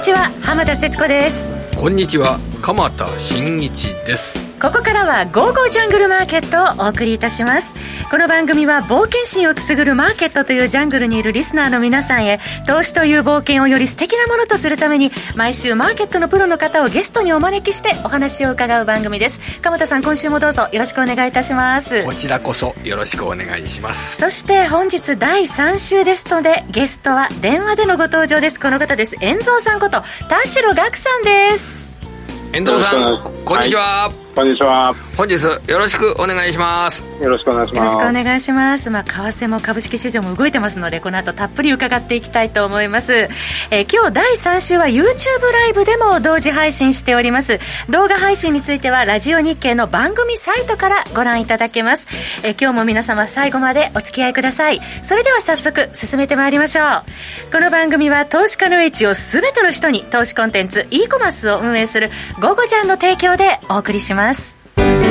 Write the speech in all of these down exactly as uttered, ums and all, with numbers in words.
ちは、浜田節子です。 こんにちは、鎌田新一です。 ここからはゴーゴージャングルマーケットをお送りいたします。この番組は冒険心をくすぐるマーケットというジャングルにいるリスナーの皆さんへ、投資という冒険をより素敵なものとするために、毎週マーケットのプロの方をゲストにお招きしてお話を伺う番組です。鎌田さん、今週もどうぞよろしくお願いいたします。 こちらこそよろしくお願いします。 そして本日だいさん週ですので、ゲストは電話でのご登場です。この方です。遠蔵さんこと田代岳さんです。 遠藤さん、こんにちは。 はい、こんにちは。 本日よろしくお願いします。 よろしくお願いします。 よろしくお願いします。まあ、為替も株式市場も動いてますので、この後たっぷり伺っていきたいと思います。えー、今日だいさん週は YouTube ライブでも同時配信しております。動画配信についてはラジオ日経の番組サイトからご覧いただけます。えー、今日も皆様最後までお付き合いください。それでは早速進めてまいりましょう。この番組は投資家の英知をすべての人に、投資コンテンツ e コマースを運営するゴゴジャンの提供でお送りします。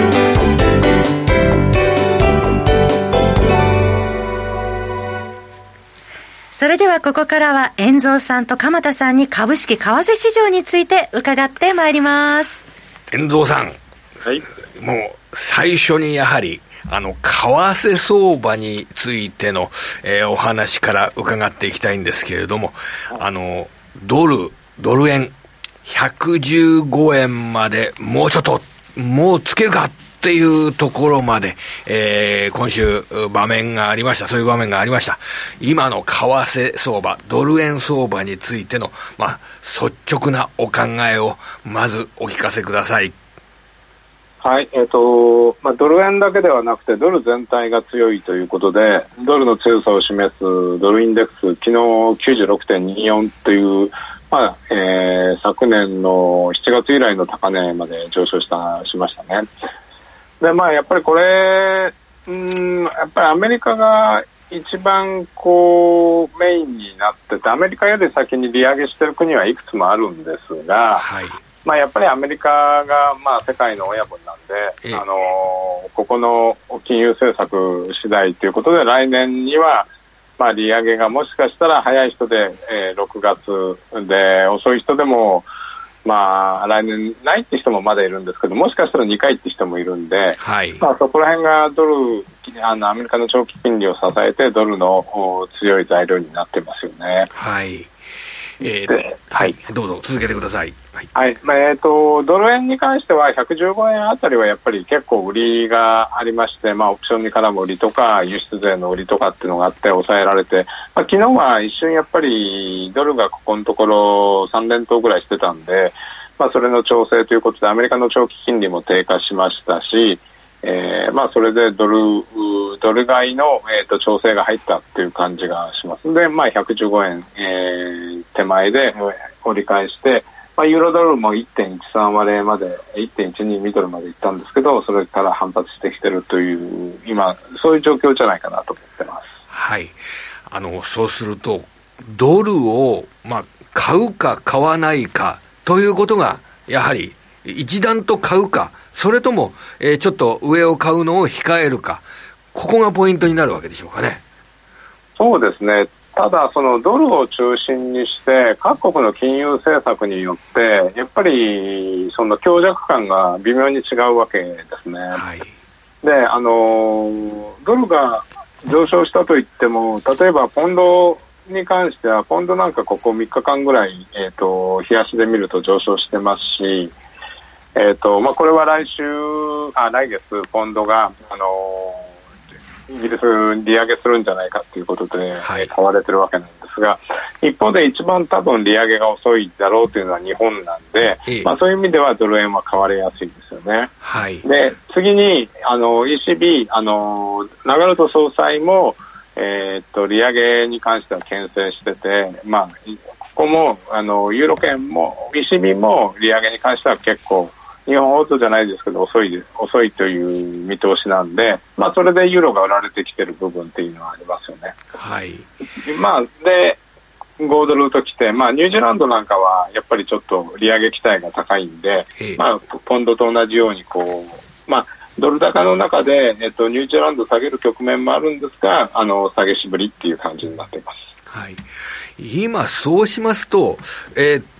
それではここからは遠蔵さんと鎌田さんに株式為替市場について伺ってまいります。 遠蔵さん、 はい、 もう最初にやはりあの為替相場についての、えー、お話から伺っていきたいんですけれども、あのドルドル円ひゃくじゅうごえんまでもうちょっともうつけるかっていうところまで、えー、今週場面がありました。そういう場面がありました。今の為替相場、ドル円相場についての、まあ、率直なお考えをまずお聞かせください。 はい、えっと、まあ、ドル円だけではなくてドル全体が強いということで、ドルの強さを示すドルインデックス、昨日 きゅうじゅうろくてんにじゅうよん という、まあえー、昨年のしちがつ以来の高値まで上昇したしましたね。で、まあ、やっぱりこれ、うーん、やっぱりアメリカが一番こうメインになってて、アメリカより先に利上げしている国はいくつもあるんですが、 はい、 まあ、やっぱりアメリカがまあ世界の親分なんで、あのー、ここの金融政策次第ということで、来年にはまあ利上げがもしかしたら早い人で、えー、ろくがつで、遅い人でもまあ来年ないって人もまだいるんですけど、もしかしたらにかいって人もいるんで、 はい、 まあ、そこら辺がドルあのアメリカの長期金利を支えてドルの強い材料になってますよね。 はい、えー、はい、どうぞ続けてください。はい、 はい、まあ、えーと、ドル円に関してはひゃくじゅうごえんあたりはやっぱり結構売りがありまして、まあ、オプションに絡む売りとか輸出税の売りとかっていうのがあって抑えられて、まあ、昨日は一瞬やっぱりドルがここのところさん連投ぐらいしてたんで、まあ、それの調整ということでアメリカの長期金利も低下しましたし、えーまあ、それでドルドル買いの、えーと調整が入ったっていう感じがしますので、まあ、ひゃくじゅうごえん、えー、手前で折り返して、まあ、ユーロドルも いってんいちさん 割れまで いってんいちに ミドルまでいったんですけど、それから反発してきてるという今そういう状況じゃないかなと思ってます。 はい、あのそうするとドルを、まあ、買うか買わないかということがやはり一段と買うか、それとも、えー、ちょっと上を買うのを控えるか、ここがポイントになるわけでしょうかね。 そうですね。ただそのドルを中心にして各国の金融政策によってやっぱりその強弱感が微妙に違うわけですね。はい、で、あのドルが上昇したといっても、例えばポンドに関してはポンドなんかここみっかかんぐらい、えーと、冷やしで見ると上昇してますし、えーとまあ、これは来週あ来月ポンドが、あのー、イギリス利上げするんじゃないかということで、はい、買われてるわけなんですが、一方で一番多分利上げが遅いだろうというのは日本なんで、ええまあ、そういう意味ではドル円は買われやすいですよね。はい、で次にあの イーシービー あのラガルド総裁もえー、っと利上げに関しては牽制してて、まあ、ここもあのユーロ圏も イーシービー も利上げに関しては結構日本ほどじゃないですけど遅いです遅いという見通しなんで、まあ、それでユーロが売られてきてる部分っていうのはありますよね。はい、まあ、でごドルときて、まあ、ニュージーランドなんかはやっぱりちょっと利上げ期待が高いんで、まあ、ポンドと同じようにこう、まあ、ドル高の中で、えっと、ニュージーランド下げる局面もあるんですが、あの下げしぶりっていう感じになっています。 はい、今そうしますと、えー、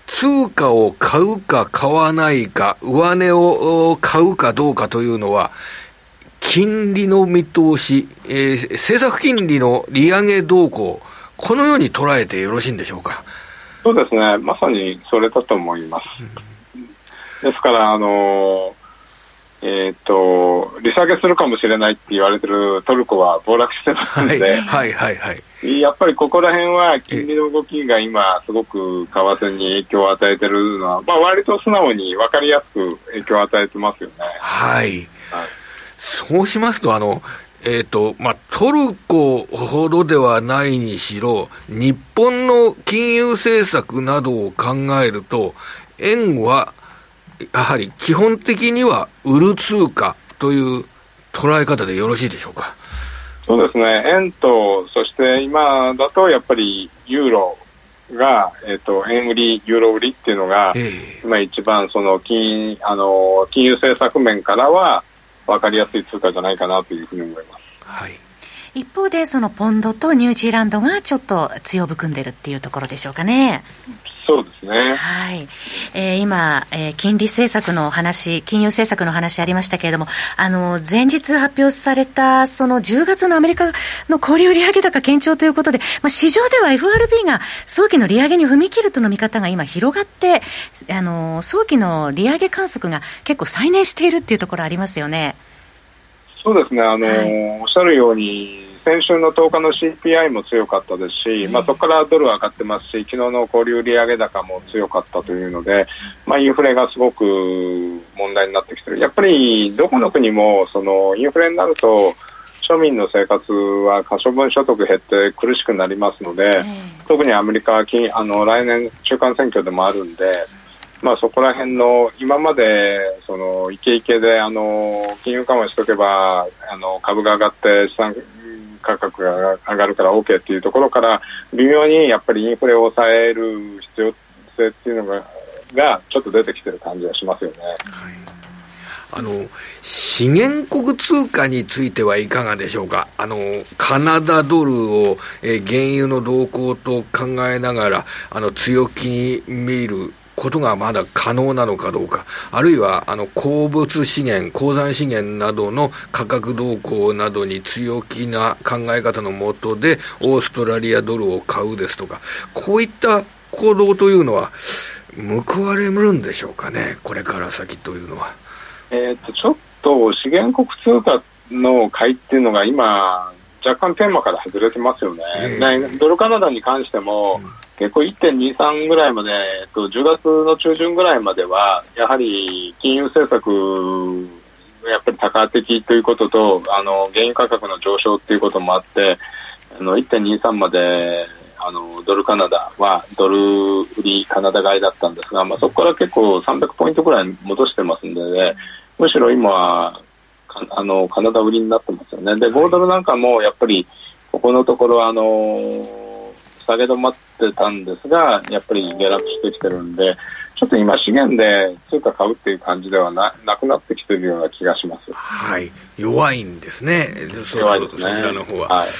通貨を買うか買わないか、上値を買うかどうかというのは、金利の見通し、えー、政策金利の利上げ動向、このように捉えてよろしいんでしょうか。 そうですね、まさにそれだと思います。うん、ですから、あのえー、と利下げするかもしれないって言われてるトルコは暴落してますので、はいはいはいはい、 やっぱりここら辺は金利の動きが今すごく為替に影響を与えているのは、まあ、割と素直に分かりやすく影響を与えてますよね。 はい、はい、そうしますとあのえーとまあ、トルコほどではないにしろ、日本の金融政策などを考えると、円はやはり基本的には売る通貨という捉え方でよろしいでしょうか。 そうですね、円と、そして今だとやっぱりユーロが、えーと、円売り、ユーロ売りっていうのが、えー、今一番その 金, あの金融政策面からは分かりやすい通貨じゃないかなというふうに思います。 はい、 一方でそのポンドとニュージーランドがちょっと強含んでるっていうところでしょうかね。 そうですね、 はいえー、今、えー、金利政策の話、金融政策の話ありましたけれども、あの前日発表されたそのじゅうがつのアメリカの小売売上高堅調ということで、まあ、市場では エフアールビー が早期の利上げに踏み切るとの見方が今広がって、あの早期の利上げ観測が結構再燃しているっていうところありますよね。 そうですね、あの、はい、おっしゃるように先週のとおかの シーピーアイ も強かったですし、うんまあ、そこからドルは上がってますし、昨日の小売売上高も強かったというので、まあ、インフレがすごく問題になってきている。やっぱりどこの国もそのインフレになると庶民の生活は可処分所得減って苦しくなりますので、うん、特にアメリカはあの来年中間選挙でもあるんで、まあ、そこら辺の今までそのイケイケであの金融緩和しとけばあの株が上がって資産価格が上がるから OK っていうところから微妙にやっぱりインフレを抑える必要性っていうのが、がちょっと出てきてる感じがしますよね。はい、 あの資源国通貨についてはいかがでしょうか。あのカナダドルを、えー、原油の動向と考えながらあの強気に見ることがまだ可能なのかどうか、あるいはあの鉱物資源、鉱山資源などの価格動向などに強気な考え方のもとでオーストラリアドルを買うですとか、こういった行動というのは報われるんでしょうかね、これから先というのは。 えー、とちょっと資源国通貨の買いっていうのが今若干テーマから外れてますよね。えー、ドルカナダに関しても、うん結構 いってんにさん ぐらいまで、えっと、じゅうがつの中旬ぐらいまではやはり金融政策やっぱり多価的ということとあの原油価格の上昇ということもあってあの いってんにさん まであのドルカナダはドル売りカナダ買いだったんですが、まあ、そこから結構さんびゃくポイントぐらい戻してますんで、ね、むしろ今はあのカナダ売りになってますよね。でごドルなんかもやっぱりここのところあの下げ止まってたんですがやっぱり下落してきてるんでちょっと今資源で通貨買うっていう感じでは な, なくなってきてるような気がします。 はい、弱いんですね。 弱いですね、 そちらの方は、 はい、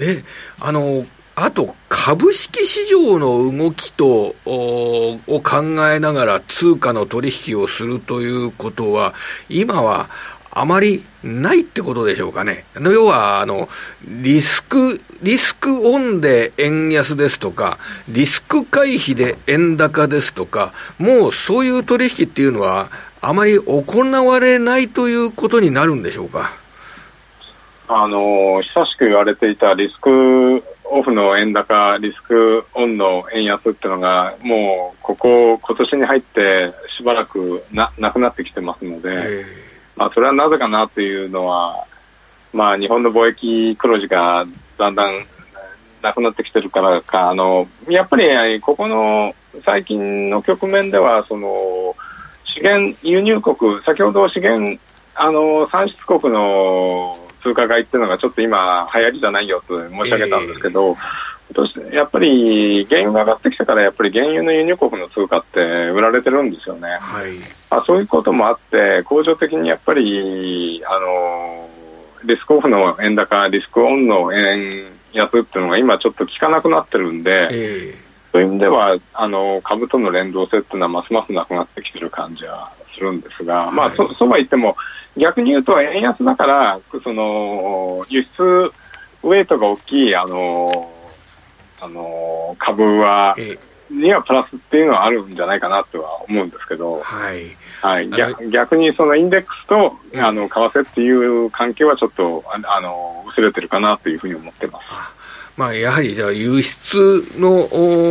であのあと株式市場の動きとを考えながら通貨の取引をするということは今はあまりないってことでしょうかね。要はあのリスクリスクオンで円安ですとかリスク回避で円高ですとか、もうそういう取引っていうのはあまり行われないということになるんでしょうか。 あの久しく言われていたリスクオフの円高リスクオンの円安っていうのがもうここ今年に入ってしばらく な, なくなってきてますので、まあ、それはなぜかなというのは、まあ、日本の貿易黒字がだんだんなくなってきてるからか、あのやっぱりここの最近の局面ではその資源輸入国、先ほど資源あの産出国の通貨買いっていうのがちょっと今流行りじゃないよと申し上げたんですけど、えー、やっぱり原油が上がってきたからやっぱり原油の輸入国の通貨って売られてるんですよね。 はい、 あそういうこともあって恒常的にやっぱりあのリスクオフの円高リスクオンの円安っていうのが今ちょっと効かなくなってるんで、 えそういう意味ではあの株との連動性っていうのはますますなくなってきてる感じはするんですが、はい、まあ、そ, そうは言っても逆に言うと円安だからその輸出ウェイトが大きいあのあの株は、ええ、にはプラスっていうのはあるんじゃないかなとは思うんですけど、 はいはい、逆, 逆にそのインデックスとあの為替っていう関係はちょっとあの薄れてるかなというふうに思ってます。 まあ、やはりじゃあ輸出の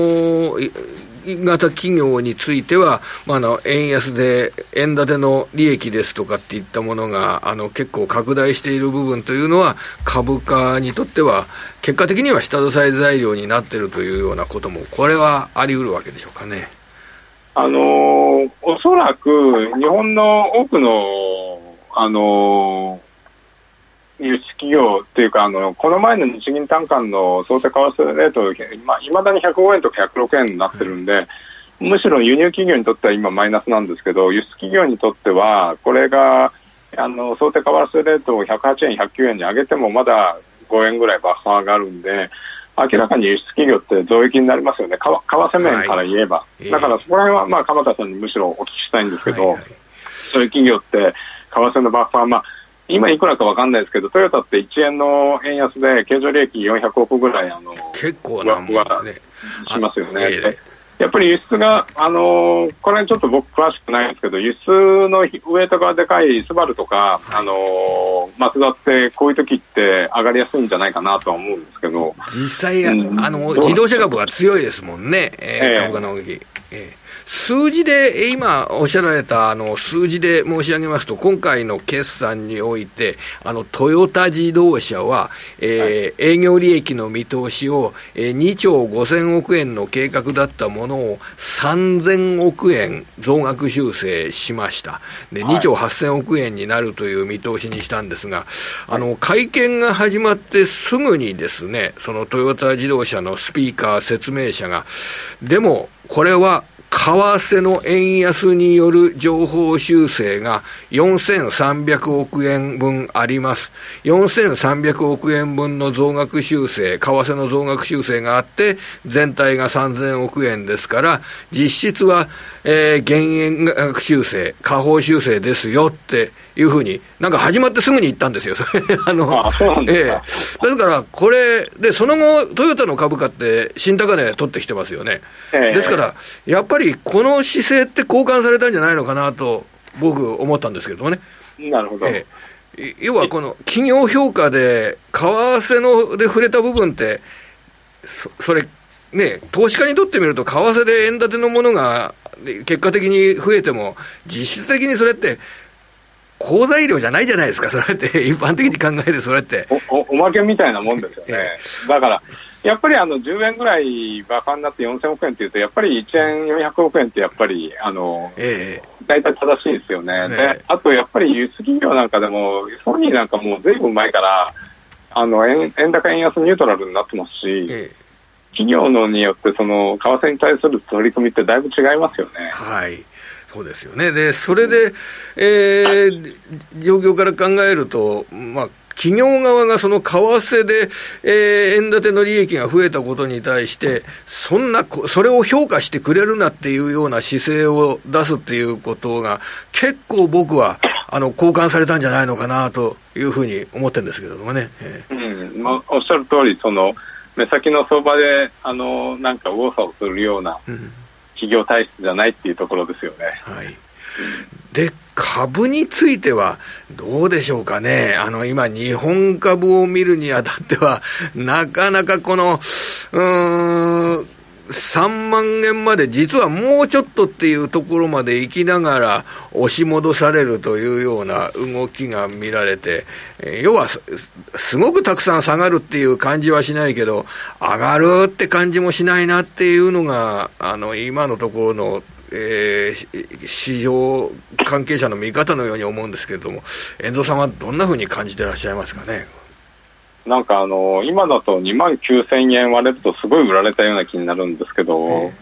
型企業については、まあ、あの円安で円建ての利益ですとかっていったものがあの結構拡大している部分というのは株価にとっては結果的には下支え材料になっているというようなこともこれはあり得るわけでしょうかね。 あのー、おそらく日本の多くの、あのー輸出企業っていうかあのこの前の日銀短観の想定為替レートいまあ、だにひゃくごえんとかひゃくろくえんになってるんで、うん、むしろ輸入企業にとっては今マイナスなんですけど輸出企業にとってはこれがあの想定為替レートをひゃくはちえんひゃくきゅうえんに上げてもまだごえんぐらいバッファーがあるんで明らかに輸出企業って増益になりますよね。為替面から言えば、はい、だからそこら辺は、まあ、鎌田さんにむしろお聞きしたいんですけど、はいはい、そういう企業って為替のバッファー、まあ今いくらか分かんないですけどトヨタっていちえんの円安で経常利益よんひゃくおくぐらいあの結構なもんですねしますよね。えー、やっぱり輸出があのー、これちょっと僕詳しくないんですけど輸出のウエイトがでかいスバルとか、はい、あのー、マツダってこういう時って上がりやすいんじゃないかなとは思うんですけど実際、うん、あの自動車株は強いですもんね、えー、株価の動き、えー数字で、今おっしゃられたあの数字で申し上げますと、今回の決算において、あのトヨタ自動車は、えーはい、営業利益の見通しを、えー、にちょうごせんおくえんの計画だったものをさんぜんおくえん増額修正しました。で、にちょうはっせんおくえんになるという見通しにしたんですが、あの会見が始まってすぐにですね、そのトヨタ自動車のスピーカー説明者が、でもこれは為替の円安による情報修正がよんせんさんびゃくおくえんぶんあります。よんせんさんびゃくおくえんぶんの増額修正、為替の増額修正があって、全体がさんぜんおくえんですから、実質は、えー、減円額修正、下方修正ですよっていうふうに、なんか始まってすぐに言ったんですよ。あの、 あ、そうなんですか。 えー、だから、これ、で、その後、トヨタの株価って新高値取ってきてますよね。えー、ですから、やっぱりこの姿勢って交換されたんじゃないのかなと、僕思ったんですけどもね。 なるほど。 えー、要は、この企業評価で、為替ので触れた部分って、そ, それ、ね、投資家にとってみると、為替で円建てのものが結果的に増えても、実質的にそれって、好材料じゃないじゃないですか、それって、一般的に考えて、それって。 お, お, おまけみたいなもんですよね。えー、だから、やっぱりあのじゅうえんぐらいバカになってよんせんおくえんっていうと、やっぱりいちえんよんひゃくおくえんって、やっぱり、あの、えー、大体正しいですよね。ねで、あとやっぱり輸出企業なんかでも、ソニーなんかもうずいぶん前から、あの円、円高円安ニュートラルになってますし、えー企業のによってその為替に対する取り組みってだいぶ違いますよね。 はい、そうですよね。で、それで、えー、状況から考えると、まあ企業側がその為替で、えー、円建ての利益が増えたことに対して、そんな、それを評価してくれるなっていうような姿勢を出すっていうことが、結構僕は、あの、交換されたんじゃないのかなというふうに思ってるんですけれどもね。えー、うん、まあ、おっしゃる通り、その、目先の相場で、あの、なんか右往左往するような企業体質じゃないっていうところですよね。 はい。で、株についてはどうでしょうかね。あの、今、日本株を見るにあたっては、なかなかこの、うーん、さんまんえんまで実はもうちょっとっていうところまで行きながら押し戻されるというような動きが見られて、えー、要は す, すごくたくさん下がるっていう感じはしないけど、上がるって感じもしないなっていうのが、あの、今のところのえー、市場関係者の見方のように思うんですけれども、遠藤さんはどんなふうに感じていらっしゃいますかね。 なんかあの今だとにまんきゅうせんえん割れるとすごい売られたような気になるんですけど、えー、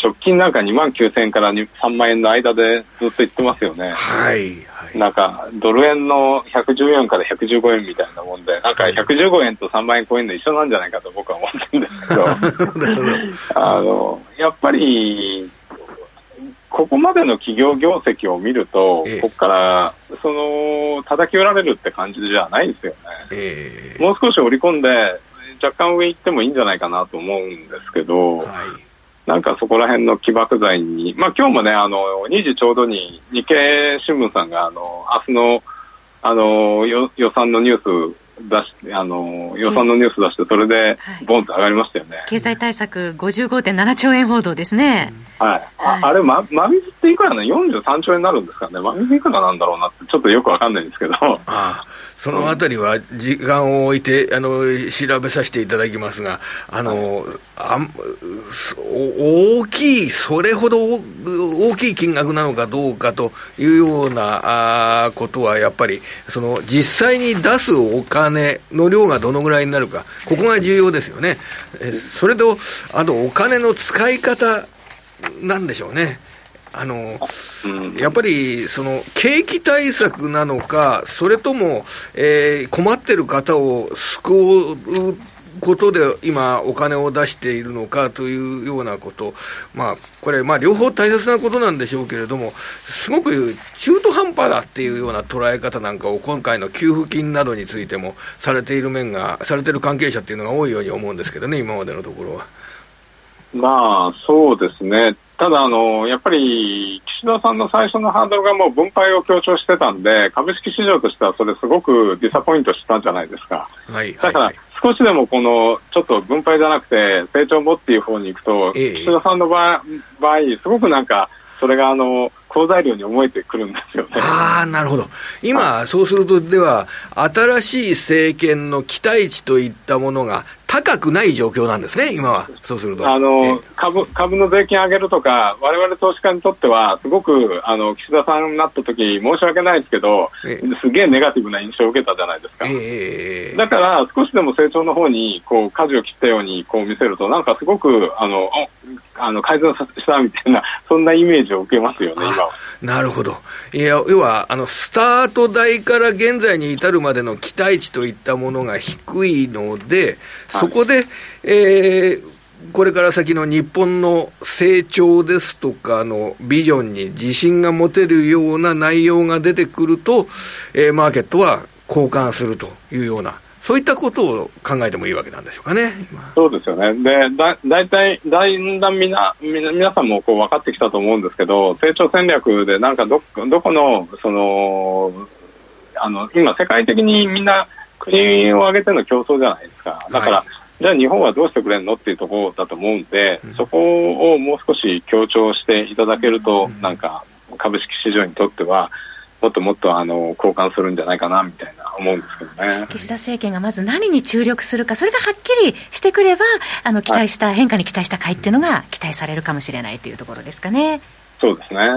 直近なんかにまんきゅうせんえんからさんまんえんの間でずっと言ってますよね。 はい、はい、 なんかドル円のひゃくじゅうよんからひゃくじゅうごえんみたいなもんで、なんかひゃくじゅうごえんとさんまんえん超えるの一緒なんじゃないかと僕は思ってるんですけどあのやっぱりここまでの企業業績を見ると、ええ、ここからその叩き売られるって感じじゃないですよね、ええ、もう少し織り込んで若干上行ってもいいんじゃないかなと思うんですけど、はい、なんかそこら辺の起爆剤に、まあ、今日もねあのにじちょうどに日経新聞さんがあの明日の、あの予算のニュース出しあの予算のニュース出してそれでボンと上がりましたよね、はい、 経済対策 ごじゅうごてんななちょうえん報道ですね、 うん、はい、はい、あ, あれま真水っていくらねよんじゅうさんちょうえんになるんですかね。真水いくらなんだろうなってちょっとよくわかんないんですけど、ああそのあたりは時間を置いてあの調べさせていただきますが、あの、はい、あ大きいそれほど大きい金額なのかどうかというようなあことはやっぱりその実際に出すお金の量がどのぐらいになるか、ここが重要ですよね。えそれとあとお金の使い方なんでしょうね。あのやっぱりその景気対策なのか、それとも、えー、困ってる方を救うことで今お金を出しているのかというようなこと、まあこれまあ両方大切なことなんでしょうけれども、すごく中途半端だっていうような捉え方なんかを今回の給付金などについてもされている面がされている関係者っていうのが多いように思うんですけどね、今までのところは。 まあそうですね。ただあのやっぱり岸田さんの最初のハードルがもう分配を強調してたんで、株式市場としてはそれすごくディサポイントしたんじゃないですか、はい、だから少しでもこのちょっと分配じゃなくて成長もっていう方に行くと、ええ、岸田さんの場合、場合すごくなんかそれがあの好材料に思えてくるんですよね。 ああ、なるほど。今そうするとでは新しい政権の期待値といったものが高くない状況なんですね、今は。そうするとあの 株, 株の税金上げるとか、我々投資家にとってはすごくあの岸田さんになった時申し訳ないですけど、すげえネガティブな印象を受けたじゃないですか、えー、だから少しでも成長の方にこう舵を切ったようにこう見せると、なんかすごくあのあの改善したみたいな、そんなイメージを受けますよね、今は。 なるほど。いや、要はあのスタート台から現在に至るまでの期待値といったものが低いので、そこで、えー、これから先の日本の成長ですとかのビジョンに自信が持てるような内容が出てくると、えー、マーケットは交換するというような、そういったことを考えてもいいわけなんでしょうかね。 そうですよね。で、だ、だいたい、だんだんみな、みな、皆さんもこう分かってきたと思うんですけど、成長戦略でなんかど、どこの、その、あの、今世界的にみんな国を挙げての競争じゃないですか。だから、はい、じゃあ日本はどうしてくれるのっていうところだと思うんで、うん、そこをもう少し強調していただけると、うん、なんか株式市場にとっては、もっともっとあの交換するんじゃないかなみたいな思うんですけどね。 岸田政権がまず何に注力するか、それがはっきりしてくれば、あの期待した、はい、変化に期待した買いっていうのが期待されるかもしれないというところですかね。 そうですね。はい。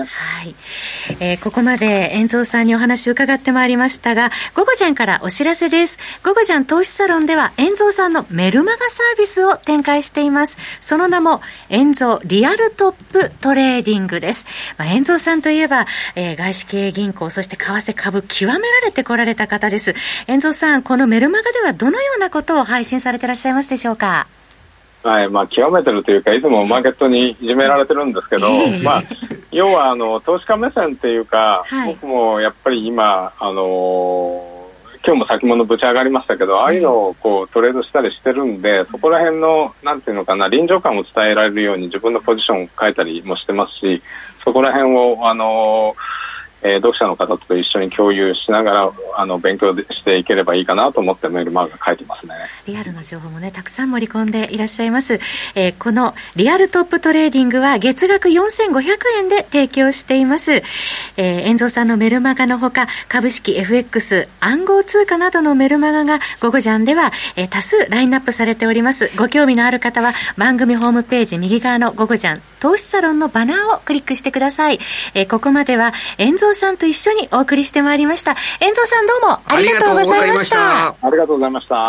えー、ここまで遠蔵さんにお話を伺ってまいりましたが、ゴゴジャンからお知らせです。ゴゴジャン投資サロンでは遠蔵さんのメルマガサービスを展開しています。その名も遠蔵リアルトップトレーディングです。まあ、遠蔵さんといえば、えー、外資系銀行、そして為替株極められてこられた方です。遠蔵さん、このメルマガではどのようなことを配信されていらっしゃいますでしょうか。 はい、まあ、極めてるというかいつもマーケットにいじめられてるんですけど、まあ、要はあの投資家目線っていうか、はい、僕もやっぱり今、あのー、今日も先物ぶち上がりましたけど、ああいうのをこうトレードしたりしてるんで、そこら辺のなんていうのかな、臨場感を伝えられるように自分のポジションを変えたりもしてますし、そこら辺をあのーえー、読者の方と一緒に共有しながらあの勉強していければいいかなと思ってメールマガ書いてますね。 リアルの情報もねたくさん盛り込んでいらっしゃいます、えー、このリアルトップトレーディングは月額よんせんごひゃくえんで提供しています。えー、遠蔵さんのメルマガのほか株式 エフエックス 暗号通貨などのメルマガがゴゴジャンでは、えー、多数ラインナップされております。ご興味のある方は番組ホームページ右側のゴゴジャン投資サロンのバナーをクリックしてください。えー、ここまでは遠蔵さんと一緒にお送りしてまいりました。遠蔵さんどうもありがとうございました。 ありがとうございました。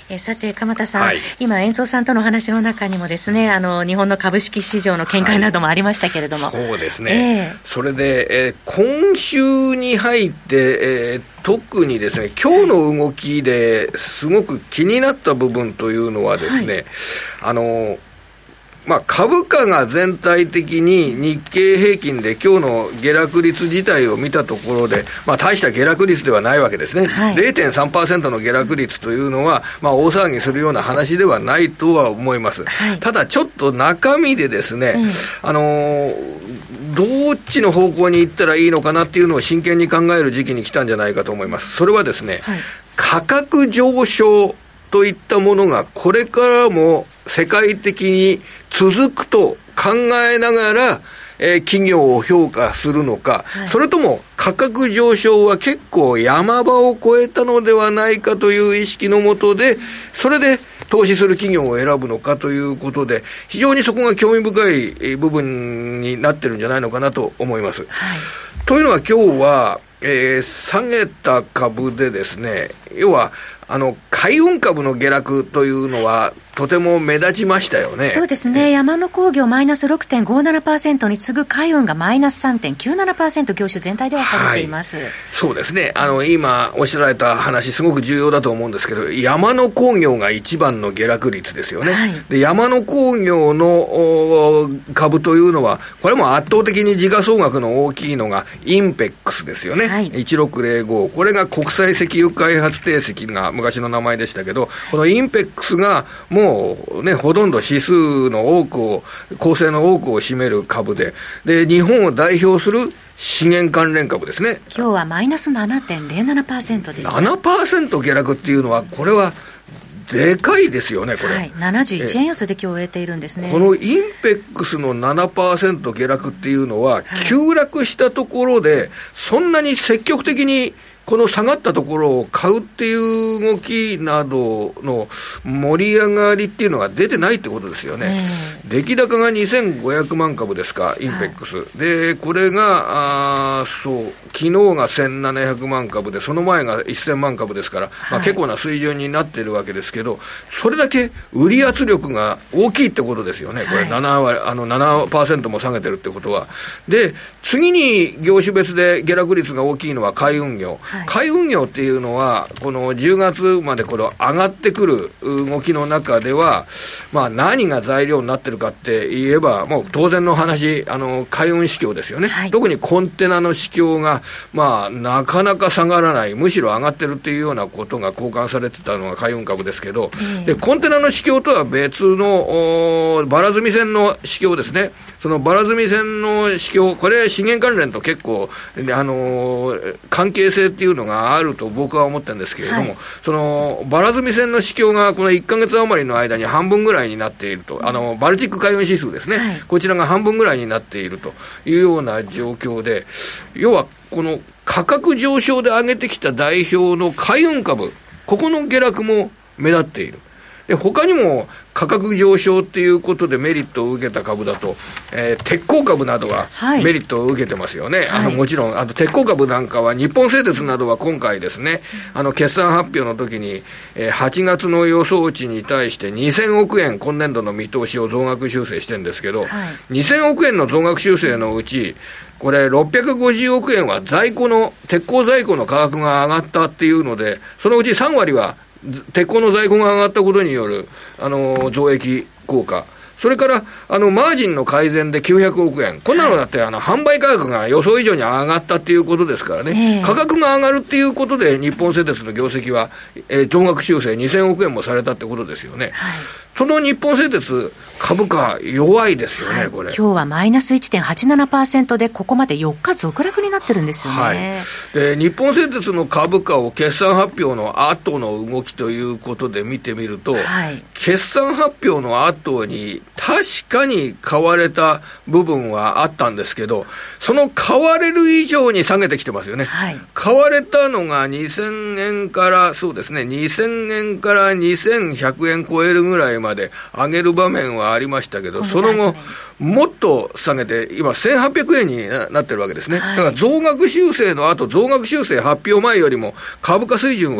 えさて鎌田さん、 はい、 今遠藤さんとの話の中にもですね、あの日本の株式市場の見解などもありましたけれども、 はい、そうですね、えー、それで、えー、今週に入って、えー、特にですね今日の動きですごく気になった部分というのはですね、はい、あのまあ、株価が全体的に日経平均で今日の下落率自体を見たところで、まあ、大した下落率ではないわけですね、はい、れいてんさんパーセント の下落率というのは、まあ、大騒ぎするような話ではないとは思います、はい、ただちょっと中身でですね、うん、あのー、どっちの方向に行ったらいいのかなっていうのを真剣に考える時期に来たんじゃないかと思います。それはですね、はい、価格上昇といったものがこれからも世界的に続くと考えながら、えー、企業を評価するのか、はい、それとも価格上昇は結構山場を越えたのではないかという意識のもとで、それで投資する企業を選ぶのかということで、非常にそこが興味深い部分になってるんじゃないのかなと思います、はい、というのは今日は、えー、下げた株でですね、要はあの海運株の下落というのはとても目立ちましたよね。 そうですね、山野工業マイナス ろくてんごななパーセント に次ぐ海運がマイナス さんてんきゅうななパーセント 業種全体では下げています、はい、 そうですね、あの今おっしゃられた話すごく重要だと思うんですけど、山野工業が一番の下落率ですよね、はい、で山野工業の株というのはこれも圧倒的に時価総額の大きいのがインペックスですよね、はい、いちろくぜろご、これが国際石油開発定石が昔の名前でしたけど、このインペックスがもうもうね、ほとんど指数の多くを、構成の多くを占める株で、で、日本を代表する資源関連株ですね。 今日はマイナス ななてんぜろななパーセント です。 ななパーセント 下落っていうのは、これはでかいですよね、これ。 はい、ななじゅういちえん安で今日終えているんですね。 このインペックスの ななパーセント 下落っていうのは、はい、急落したところで、そんなに積極的にこの下がったところを買うっていう動きなどの盛り上がりっていうのが出てないってことですよね、えー、出来高がにせんごひゃくまん株ですか、インペックス、はい、でこれがあそう昨日がせんななひゃくまん株で、その前がせんまん株ですから、はい、まあ、結構な水準になってるわけですけど、それだけ売り圧力が大きいってことですよね、これ なな割、あの ななパーセント も下げてるってことは。で次に業種別で下落率が大きいのは海運業、はい、海運業っていうのはこのじゅうがつまでこの上がってくる動きの中では、まあ、何が材料になってるかって言えばもう当然の話、あの海運市況ですよね、はい、特にコンテナの市況がまあなかなか下がらない、むしろ上がってるっていうようなことが交換されてたのが海運株ですけど、うん、でコンテナの市況とは別のバラ積み線の市況ですね。そのバラ積み線の市況、これ資源関連と結構あの関係性っていうのがあると僕は思ってるんですけれども、はい、そのバラ積み線の市況がこのいっかげつ余りの間に半分ぐらいになっていると、あのバルチック海運指数ですね、はい、こちらが半分ぐらいになっているというような状況で、要はこの価格上昇で上げてきた代表の海運株、ここの下落も目立っている。で他にも価格上昇っていうことでメリットを受けた株だと、えー、鉄鋼株などがメリットを受けてますよね、はい、あのもちろんあの鉄鋼株なんかは日本製鉄などは今回ですね、あの決算発表の時に、えー、はちがつの予想値に対してにせんおくえん今年度の見通しを増額修正してるんですけど、はい、にせんおくえんの増額修正のうちこれろっぴゃくごじゅうおくえんは在庫の鉄鋼在庫の価格が上がったっていうので、そのうちさんわりは鉄鋼の在庫が上がったことによるあの増益効果、それからあのマージンの改善できゅうひゃくおくえん、こんなのだってあの販売価格が予想以上に上がったっていうことですからね、えー、価格が上がるっていうことで日本製鉄の業績は、えー、増額修正にせんおくえんもされたってことですよね、はい、その日本製鉄株価弱いですよね、はい、これ今日はマイナス いちてんはちななパーセント でここまでよっか続落になってるんですよね、はい、 で日本製鉄の株価を決算発表の後の動きということで見てみると、はい、決算発表の後に確かに買われた部分はあったんですけど、その買われる以上に下げてきてますよね、はい、買われたのがにせんえんからそうですねにせんえんからにせんひゃくえん超えるぐらいまで上げる場面はありましたけど、その後もっと下げて今せんはっぴゃくえんになってるわけですね、はい、だから増額修正の後増額修正発表前よりも株価水準は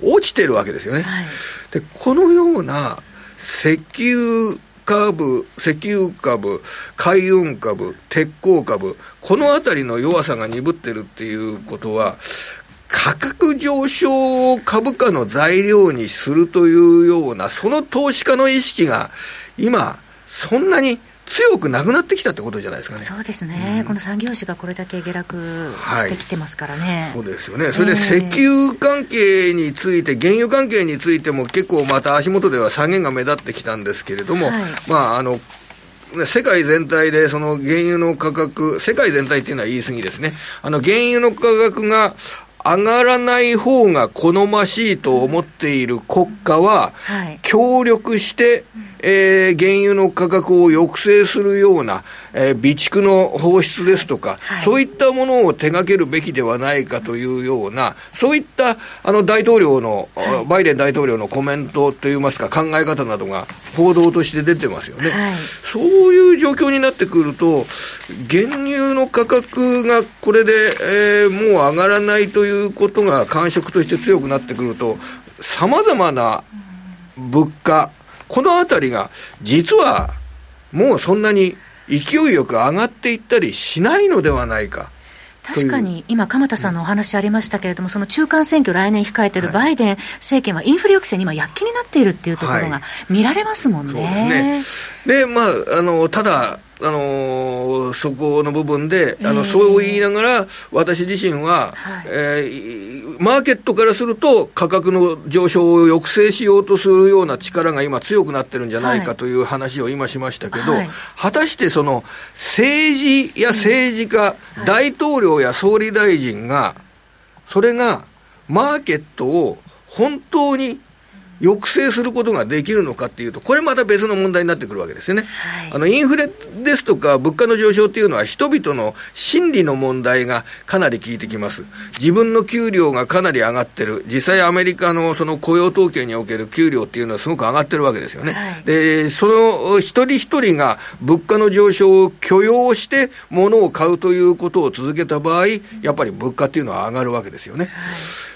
落ちてるわけですよね、はい、でこのような石油株、石油株、海運株、鉄鋼株、このあたりの弱さが鈍ってるっていうことは、価格上昇を株価の材料にするというような、その投資家の意識が今そんなに強くなくなってきたってことじゃないですかね。 そうですね、うん、この産業紙がこれだけ下落してきてますからね、 はい、そうですよね。それで石油関係について、えー、原油関係についても結構また足元では下げが目立ってきたんですけれども、はい、まああの世界全体でその原油の価格、世界全体っていうのは言い過ぎですね。あの原油の価格が上がらない方が好ましいと思っている国家は、はい、協力して、えー、原油の価格を抑制するような、えー、備蓄の放出ですとか、はい、そういったものを手掛けるべきではないかというような、そういったあの大統領の、はい、バイデン大統領のコメントといいますか考え方などが報道として出てますよね、はい、そういう状況になってくると、原油の価格がこれで、えー、もう上がらないということが感触として強くなってくると、様々な物価、このあたりが実はもうそんなに勢いよく上がっていったりしないのではないか。 確かに今鎌田さんのお話ありましたけれども、その中間選挙来年控えているバイデン政権はインフレ抑制に今躍起になっているっていうところが見られますもんね、はい、そうですね。で、まあ、あのただあのー、そこの部分で、あの、えー、そう言いながら、私自身は、はい、えー、マーケットからすると価格の上昇を抑制しようとするような力が今強くなってるんじゃないかという話を今しましたけど、はい、果たしてその政治や政治家、うん、大統領や総理大臣が、それがマーケットを本当に抑制することができるのかっていうと、これまた別の問題になってくるわけですよね、はい、あのインフレですとか物価の上昇っていうのは人々の心理の問題がかなり効いてきます。自分の給料がかなり上がってる、実際アメリカのその雇用統計における給料っていうのはすごく上がってるわけですよね、はい、でその一人一人が物価の上昇を許容して物を買うということを続けた場合、やっぱり物価っていうのは上がるわけですよね、はい、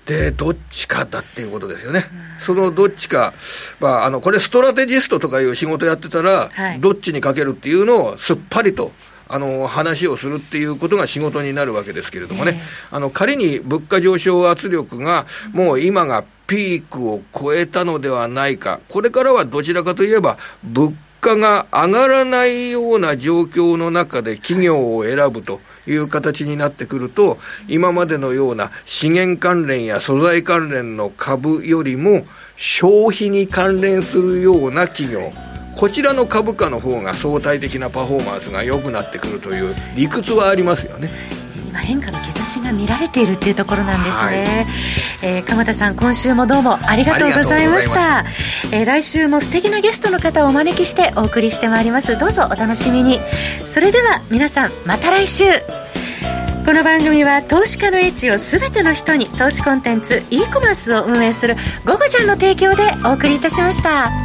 でどっちかだっていうことですよね、うん、そのどっちか、まあ、あのこれストラテジストとかいう仕事やってたら、はい、どっちにかけるっていうのをすっぱりとあの話をするっていうことが仕事になるわけですけれどもね、えー、あの仮に物価上昇圧力がもう今がピークを超えたのではないか、これからはどちらかといえば物価が上がらないような状況の中で企業を選ぶという形になってくると、今までのような資源関連や素材関連の株よりも消費に関連するような企業、こちらの株価の方が相対的なパフォーマンスが良くなってくるという理屈はありますよね。 今変化の兆しが見られているっていうところなんですね、はい、えー、鎌田さん、今週もどうもありがとうございました。えー、来週も素敵なゲストの方をお招きしてお送りしてまいります。どうぞお楽しみに。それでは皆さん、また来週。この番組は投資家の位置をすべての人に、投資コンテンツ e コマースを運営するゴゴちゃんの提供でお送りいたしました。